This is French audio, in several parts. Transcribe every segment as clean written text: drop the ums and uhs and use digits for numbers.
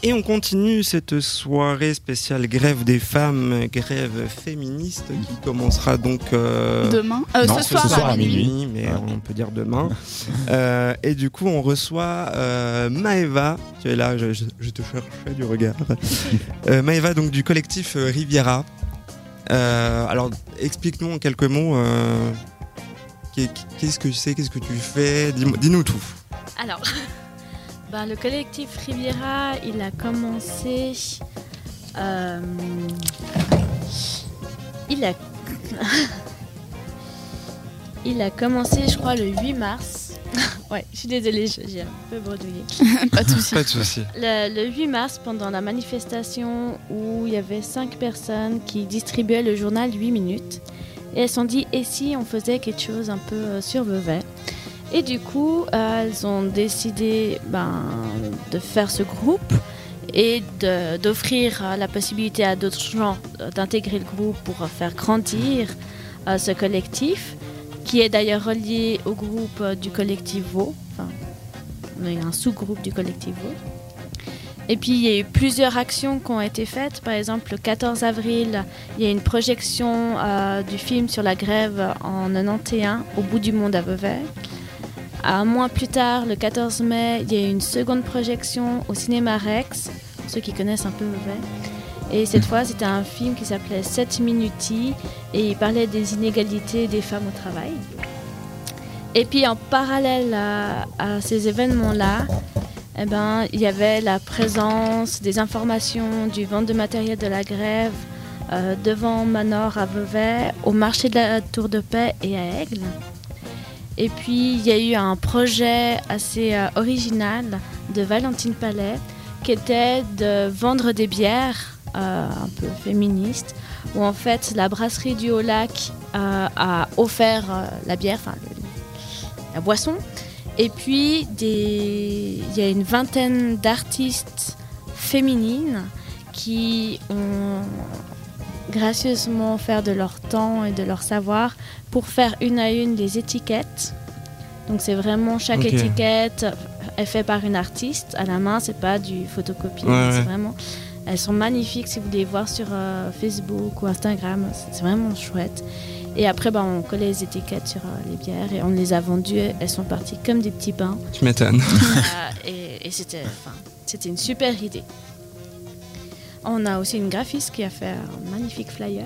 Et on continue cette soirée spéciale grève des femmes, grève féministe qui commencera donc demain. Non, Ce soir à minuit. mais on peut dire demain. Et du coup, on reçoit Maëva. Tu es là, je te cherchais du regard. Maëva, donc du collectif Riviera. Alors, explique-nous en quelques mots. Qu'est-ce que c'est, qu'est-ce que tu fais? Dis-nous tout. Alors, le collectif Riviera, il a commencé. Il a commencé, je crois, le 8 mars. Ouais, je suis désolée, j'ai un peu bredouillé. Pas de souci. Pas de souci. Le 8 mars, pendant la manifestation où il y avait 5 personnes qui distribuaient le journal 8 minutes. Et elles se sont dit, et si on faisait quelque chose un peu sur Vevey? Et du coup, elles ont décidé de faire ce groupe et d'offrir la possibilité à d'autres gens d'intégrer le groupe pour faire grandir ce collectif, qui est d'ailleurs relié au groupe du collectif Vaux. Enfin, il y a un sous-groupe du collectif Vaux. Et puis, il y a eu plusieurs actions qui ont été faites. Par exemple, le 14 avril, il y a une projection du film sur la grève en 91, au bout du monde à Vevey. Un mois plus tard, le 14 mai, il y a eu une seconde projection au cinéma Rex, ceux qui connaissent un peu Vevey. Et cette fois, c'était un film qui s'appelait 7 Minuti et il parlait des inégalités des femmes au travail. Et puis, en parallèle à ces événements-là, il y avait la présence des informations du vente de matériel de la grève devant Manor à Vevey, au marché de la Tour de Paix et à Aigle. Et puis, il y a eu un projet assez original de Valentine Palais qui était de vendre des bières un peu féministes, où en fait la brasserie du Haut-Lac a offert la bière, enfin la boisson. Et puis, il y a une vingtaine d'artistes féminines qui ont gracieusement offert de leur temps et de leur savoir pour faire une à une les étiquettes. Donc c'est vraiment chaque étiquette est faite par une artiste à la main, c'est pas du photocopier, c'est vraiment. Elles sont magnifiques si vous voulez les voir sur Facebook ou Instagram, c'est vraiment chouette. Et après on collait les étiquettes sur les bières et on les a vendues, elles sont parties comme des petits pains. Tu m'étonnes. Et c'était une super idée. On a aussi une graphiste qui a fait un magnifique flyer.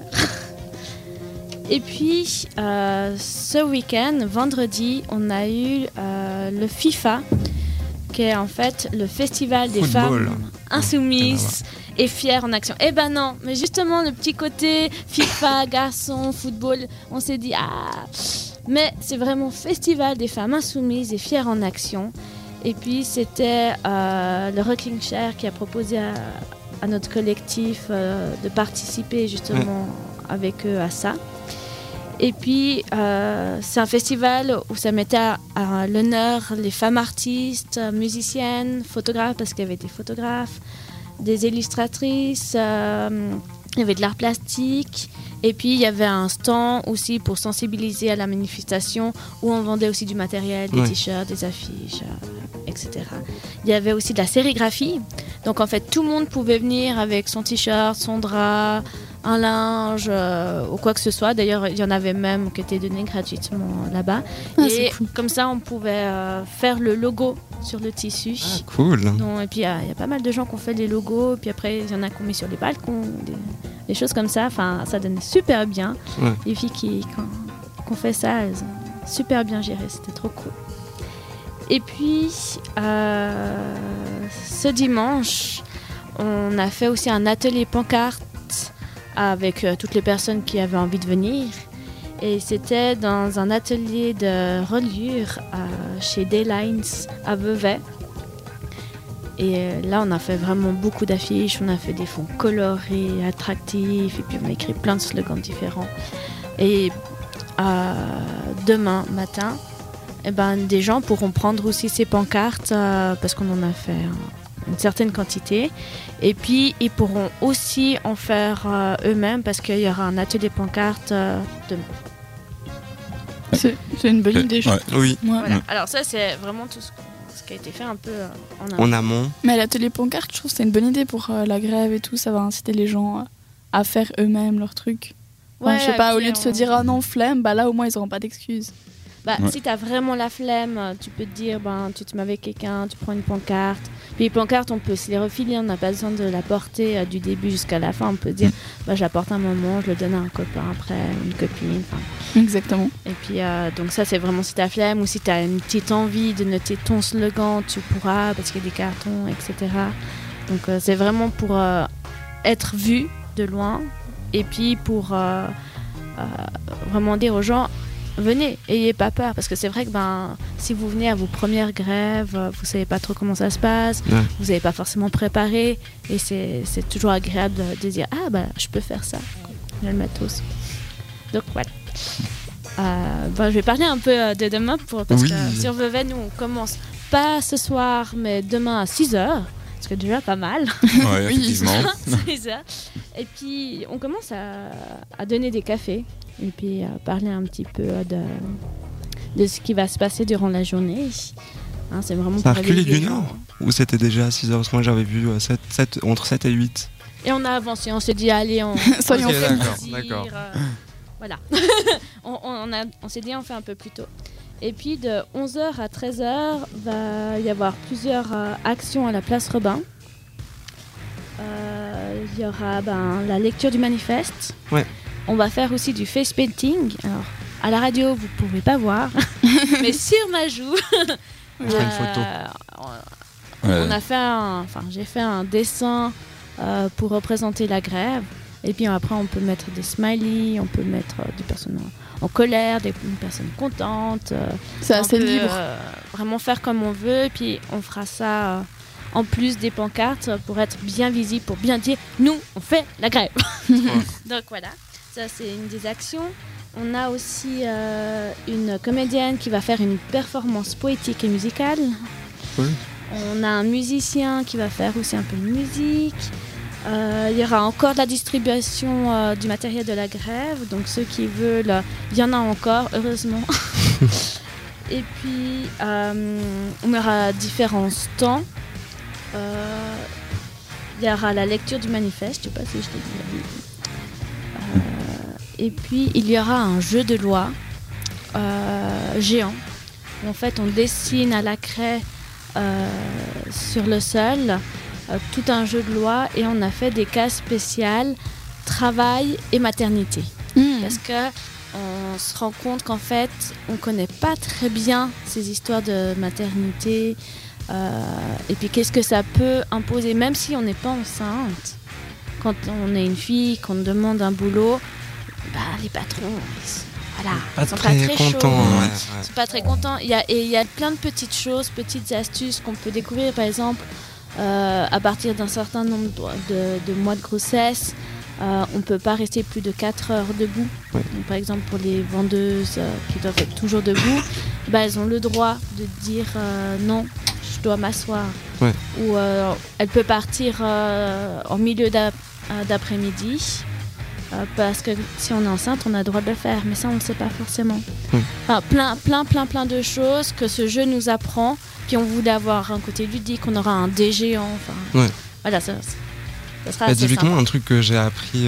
Et puis, ce week-end, vendredi, on a eu le FIFA, qui est en fait le festival des femmes insoumises et fières en action. Eh ben non, mais justement, le petit côté FIFA, garçon, football, on s'est dit, mais c'est vraiment festival des femmes insoumises et fières en action. Et puis, c'était le Rocking Chair qui a proposé à notre collectif de participer justement avec eux à ça. Et puis, c'est un festival où ça mettait à l'honneur les femmes artistes, musiciennes, photographes, parce qu'il y avait des photographes, des illustratrices, il y avait de l'art plastique. Et puis, il y avait un stand aussi pour sensibiliser à la manifestation où on vendait aussi du matériel, des t-shirts, des affiches, etc. Il y avait aussi de la sérigraphie. Donc, en fait, tout le monde pouvait venir avec son t-shirt, son drap, un linge ou quoi que ce soit. D'ailleurs, il y en avait même qui étaient donnés gratuitement là-bas. Et cool. Comme ça, on pouvait faire le logo sur le tissu. Ah, cool. Donc, et puis, il y a pas mal de gens qui ont fait des logos. Puis après, il y en a qui ont mis sur les balcons, des choses comme ça. Enfin, ça donne super bien. Ouais. Les filles qui ont fait ça, elles ont super bien géré. C'était trop cool. Et puis, ce dimanche, on a fait aussi un atelier pancarte avec toutes les personnes qui avaient envie de venir. Et c'était dans un atelier de reliure chez Daylines à Vevey. Et là, on a fait vraiment beaucoup d'affiches, on a fait des fonds colorés, attractifs, et puis on a écrit plein de slogans différents. Et demain matin, des gens pourront prendre aussi ces pancartes parce qu'on en a fait une certaine quantité. Et puis, ils pourront aussi en faire eux-mêmes parce qu'il y aura un atelier pancarte demain. C'est une bonne idée, je Oui. Voilà. Alors ça, c'est vraiment tout ce qui a été fait un peu en amont. En amont. Mais l'atelier pancarte, je trouve que c'est une bonne idée pour la grève et tout. Ça va inciter les gens à faire eux-mêmes leurs trucs. Enfin, je sais pas, au lieu de se dire « Ah non, flemme », bah là au moins ils n'auront pas d'excuses. Si t'as vraiment la flemme, tu peux te dire, tu te mets avec quelqu'un, tu prends une pancarte. Puis les pancartes, on peut se les refiler, on n'a pas besoin de la porter du début jusqu'à la fin. On peut dire, je la porte un moment, je le donne à un copain après, une copine. Exactement. Et puis, donc ça, c'est vraiment si t'as flemme ou si t'as une petite envie de noter ton slogan, tu pourras, parce qu'il y a des cartons, etc. Donc c'est vraiment pour être vu de loin et puis pour vraiment dire aux gens, venez, ayez pas peur, parce que c'est vrai que si vous venez à vos premières grèves, vous savez pas trop comment ça se passe, vous n'avez pas forcément préparé, et c'est toujours agréable de dire je peux faire ça, j'ai le matos. Donc voilà. Je vais parler un peu de demain parce que sur Vevey, nous on commence pas ce soir, mais demain à 6h. Ce qui est déjà pas mal. Ouais, effectivement. 6h. Et puis on commence à donner des cafés. Et puis parler un petit peu de ce qui va se passer durant la journée. C'est vraiment ça a reculé d'une heure ou c'était déjà à 6h? Parce que moi j'avais vu entre 7 et 8. Et on a avancé, on s'est dit allez, soyons d'accord. Voilà. on s'est dit on fait un peu plus tôt. Et puis de 11h à 13h, va y avoir plusieurs actions à la place Robin. Il y aura la lecture du manifeste. Ouais. On va faire aussi du face painting. Alors, à la radio, vous ne pouvez pas voir, mais sur ma joue, une photo. J'ai fait un dessin pour représenter la grève. Et puis après, on peut mettre des smileys, on peut mettre des personnes en colère, des personnes contentes. C'est assez libre. Vraiment faire comme on veut. Et puis on fera ça en plus des pancartes pour être bien visible, pour bien dire nous, on fait la grève. Donc voilà. Ça, c'est une des actions. On a aussi une comédienne qui va faire une performance poétique et musicale. Oui. On a un musicien qui va faire aussi un peu de musique. Il y aura encore de la distribution du matériel de la grève. Donc ceux qui veulent, il y en a encore, heureusement. Et puis, on aura différents stands. Il y aura la lecture du manifeste. Je ne sais pas si je t'ai dit. Et puis il y aura un jeu de loi géant. En fait, on dessine à la craie sur le sol tout un jeu de loi et on a fait des cases spéciales travail et maternité. Parce que on se rend compte qu'en fait, on connaît pas très bien ces histoires de maternité et puis qu'est-ce que ça peut imposer, même si on n'est pas enceinte. Quand on est une fille, qu'on demande un boulot, les patrons, ils sont pas très contents. Ils sont pas très contents. Il y a plein de petites choses, petites astuces qu'on peut découvrir. Par exemple, à partir d'un certain nombre de mois de grossesse, on ne peut pas rester plus de 4 heures debout. Ouais. Donc, par exemple, pour les vendeuses qui doivent être toujours debout, elles ont le droit de dire non, je dois m'asseoir. Ouais. Ou elle peut partir en milieu d'après-midi. Parce que si on est enceinte, on a le droit de le faire, mais ça on ne sait pas forcément. Enfin, plein de choses que ce jeu nous apprend. Puis on voulait avoir un côté ludique, on aura un dé géant. Voilà, ça sera assez typiquement sympa. un truc que j'ai appris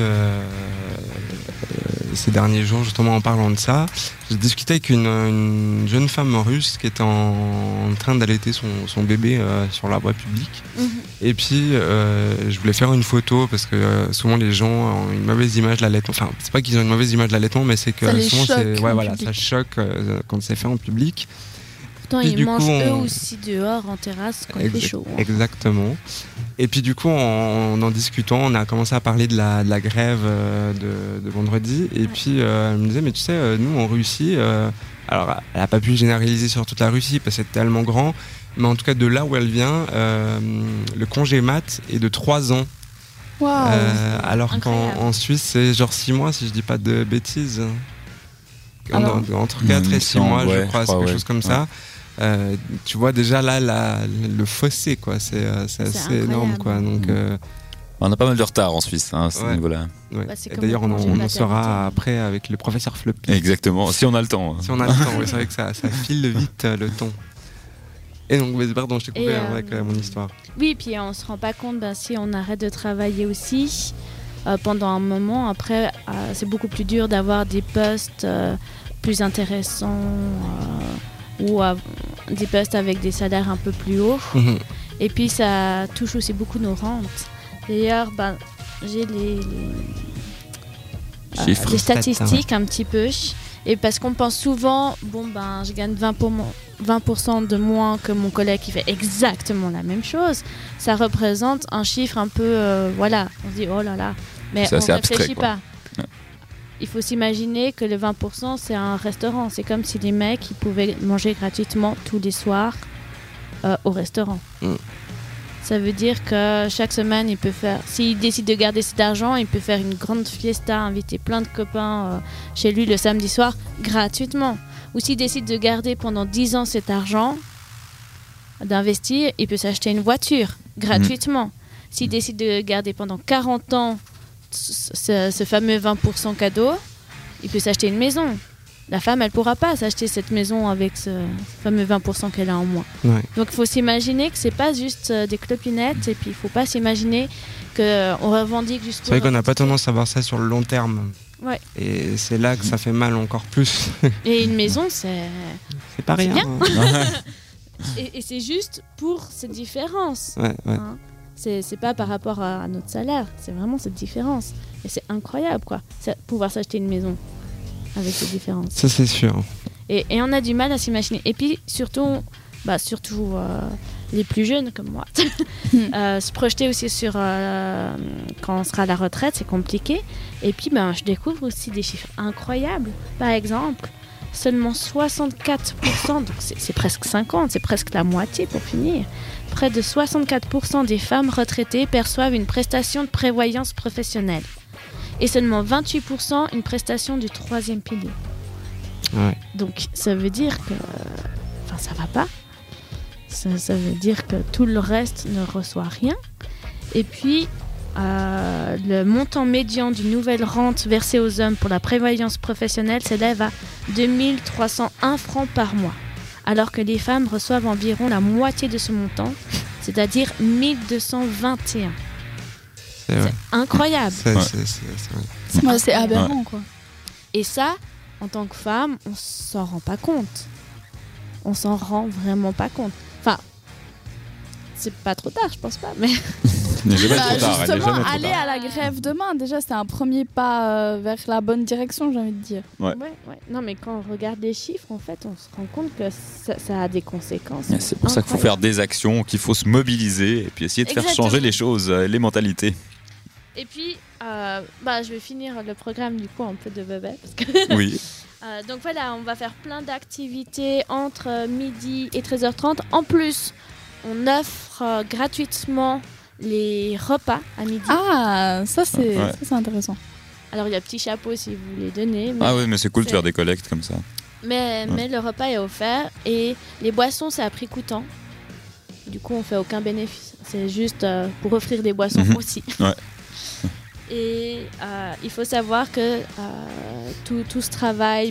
ces derniers jours, justement en parlant de ça, j'ai discuté avec une jeune femme russe qui était en train d'allaiter son bébé sur la voie publique. Et puis je voulais faire une photo parce que souvent les gens ont une mauvaise image de l'allaitement. Enfin, c'est pas qu'ils ont une mauvaise image de l'allaitement, mais c'est que souvent ça choque quand c'est fait en public. Pourtant, ils mangent eux aussi dehors en terrasse quand il fait chaud. Exactement. Et puis du coup, en discutant, on a commencé à parler de la grève de vendredi. Et puis elle me disait, mais tu sais, nous en Russie, alors elle n'a pas pu généraliser sur toute la Russie parce que c'est tellement grand, mais en tout cas de là où elle vient, le congé mat est de 3 ans. Wow. Alors qu'en Suisse, c'est genre 6 mois, si je dis pas de bêtises. Entre 4 et 6 mois, je crois, c'est quelque chose comme ça. Tu vois déjà là le fossé, quoi. C'est assez énorme, quoi. Donc, on a pas mal de retard en Suisse à ce niveau-là. Ouais. Et d'ailleurs, on en saura après avec le professeur Floppy. Exactement, si on a le temps. Si on a le temps, c'est vrai que ça file vite le temps. Et donc, pardon, je t'ai coupé avec mon histoire. Oui, puis on se rend pas compte, si on arrête de travailler aussi, pendant un moment, après, c'est beaucoup plus dur d'avoir des postes plus intéressants ou des postes avec des salaires un peu plus hauts. Et puis, ça touche aussi beaucoup nos rentes. D'ailleurs, j'ai les statistiques un petit peu. Et parce qu'on pense souvent, je gagne 20% de moins que mon collègue qui fait exactement la même chose. Ça représente un chiffre un peu, on se dit oh là là, mais on ne réfléchit pas. Ouais. Il faut s'imaginer que le 20% c'est un restaurant. C'est comme si les mecs ils pouvaient manger gratuitement tous les soirs au restaurant. Ça veut dire que chaque semaine, il peut faire, s'il décide de garder cet argent, il peut faire une grande fiesta, inviter plein de copains chez lui le samedi soir gratuitement. Ou s'il décide de garder pendant 10 ans cet argent, d'investir, il peut s'acheter une voiture gratuitement. S'il décide de garder pendant 40 ans ce fameux 20% cadeau, il peut s'acheter une maison. La femme, elle ne pourra pas s'acheter cette maison avec ce fameux 20% qu'elle a en moins. Ouais. Donc, il faut s'imaginer que ce n'est pas juste des clopinettes. Et puis, il ne faut pas s'imaginer qu'on revendique juste... C'est vrai qu'on n'a pas tendance à voir ça sur le long terme. Ouais. Et c'est là que ça fait mal encore plus. Et une maison, c'est pas rien. Bien. Et c'est juste pour cette différence. Ouais. Hein. C'est pas par rapport à notre salaire. C'est vraiment cette différence. Et c'est incroyable, quoi. Pouvoir s'acheter une maison. Avec ces différences. Ça, c'est sûr. Et on a du mal à s'imaginer. Et puis, surtout les plus jeunes comme moi, se projeter aussi sur quand on sera à la retraite, c'est compliqué. Et puis, je découvre aussi des chiffres incroyables. Par exemple, seulement 64%, donc c'est presque 50, c'est presque la moitié pour finir. Près de 64% des femmes retraitées perçoivent une prestation de prévoyance professionnelle. Et seulement 28% une prestation du 3e pilier. Ouais. Donc ça veut dire que ça va pas. Ça veut dire que tout le reste ne reçoit rien. Et puis le montant médian d'une nouvelle rente versée aux hommes pour la prévoyance professionnelle s'élève à 2301 francs par mois, alors que les femmes reçoivent environ la moitié de ce montant, c'est-à-dire 1221. C'est incroyable. C'est aberrant, quoi. Et ça, en tant que femme, on s'en rend pas compte. On s'en rend vraiment pas compte. Enfin, c'est pas trop tard, je pense pas, mais... Justement, aller à la grève demain, déjà, c'est un premier pas vers la bonne direction, j'ai envie de dire. Ouais. Non, mais quand on regarde les chiffres, en fait, on se rend compte que ça a des conséquences. C'est pour ça qu'il faut faire des actions, qu'il faut se mobiliser et puis essayer de faire changer les choses, les mentalités. Et puis, je vais finir le programme du coup un peu de bébé. Parce que oui. Donc voilà, on va faire plein d'activités entre midi et 13h30. En plus, on offre gratuitement les repas à midi. Ah, ça c'est intéressant. Alors il y a petit chapeau si vous voulez donner. Ah oui, mais c'est cool de faire des collectes comme ça. Mais le repas est offert et les boissons c'est à prix coûtant. Du coup, on fait aucun bénéfice. C'est juste pour offrir des boissons aussi. Ouais. Et il faut savoir que tout ce travail,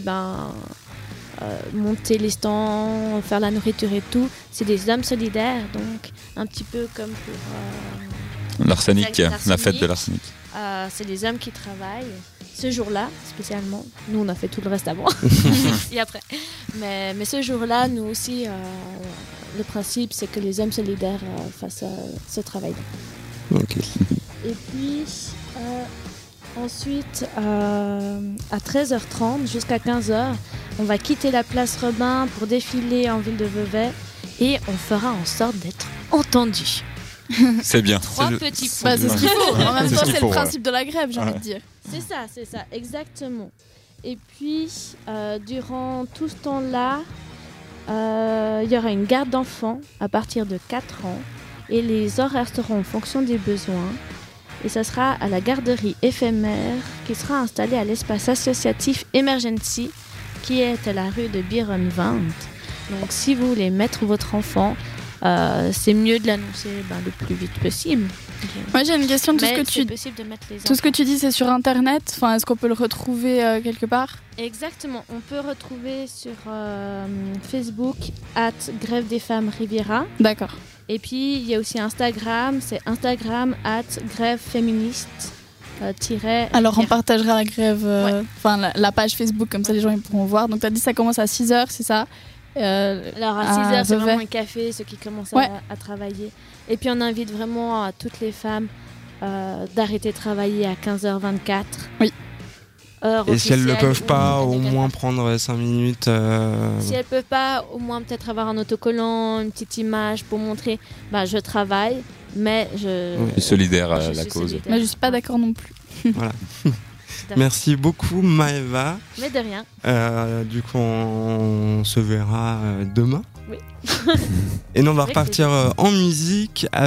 monter les stands, faire la nourriture et tout, c'est des hommes solidaires, donc un petit peu comme pour l'arsenic, la fête de l'arsenic. C'est les hommes qui travaillent ce jour-là spécialement. Nous, on a fait tout le reste avant et après. Mais ce jour-là, nous aussi, le principe, c'est que les hommes solidaires fassent ce travail-là. Ok. Et puis, ensuite, à 13h30 jusqu'à 15h, on va quitter la place Robin pour défiler en ville de Vevey et on fera en sorte d'être entendus. C'est bien. 3 petits points. C'est ce qu'il faut. En même temps, c'est le principe de la grève, j'ai envie de dire. C'est ça, exactement. Et puis, durant tout ce temps-là, il y aura une garde d'enfants à partir de 4 ans et les horaires seront en fonction des besoins. Et ça sera à la garderie éphémère qui sera installée à l'espace associatif Emergency qui est à la rue de Byron 20. Donc si vous voulez mettre votre enfant, c'est mieux de l'annoncer le plus vite possible Moi j'ai une question. Mais c'est possible de mettre les tout ce que tu dis, c'est sur Internet. Enfin, est-ce qu'on peut le retrouver quelque part ? Exactement. On peut retrouver sur Facebook @grève-des-femmes-riviera. D'accord. Et puis il y a aussi Instagram. C'est Instagram @grève-féministe. Alors on partagera la grève, la page Facebook, comme ça les gens ils pourront voir. Donc tu as dit ça commence à 6h, c'est ça ? Alors à 6h c'est vraiment un café, ceux qui commencent à travailler. Et puis on invite vraiment à toutes les femmes d'arrêter de travailler à 15h24. Oui. Et si elles ne peuvent pas, au moins prendre 5 minutes. Si elles ne peuvent pas, au moins peut-être avoir un autocollant, une petite image pour montrer je travaille, mais je suis solidaire à la cause. Mais je ne suis pas d'accord non plus. Voilà. Merci beaucoup Maëva. Mais de rien. Du coup on se verra demain. Oui. Et nous on va repartir en musique.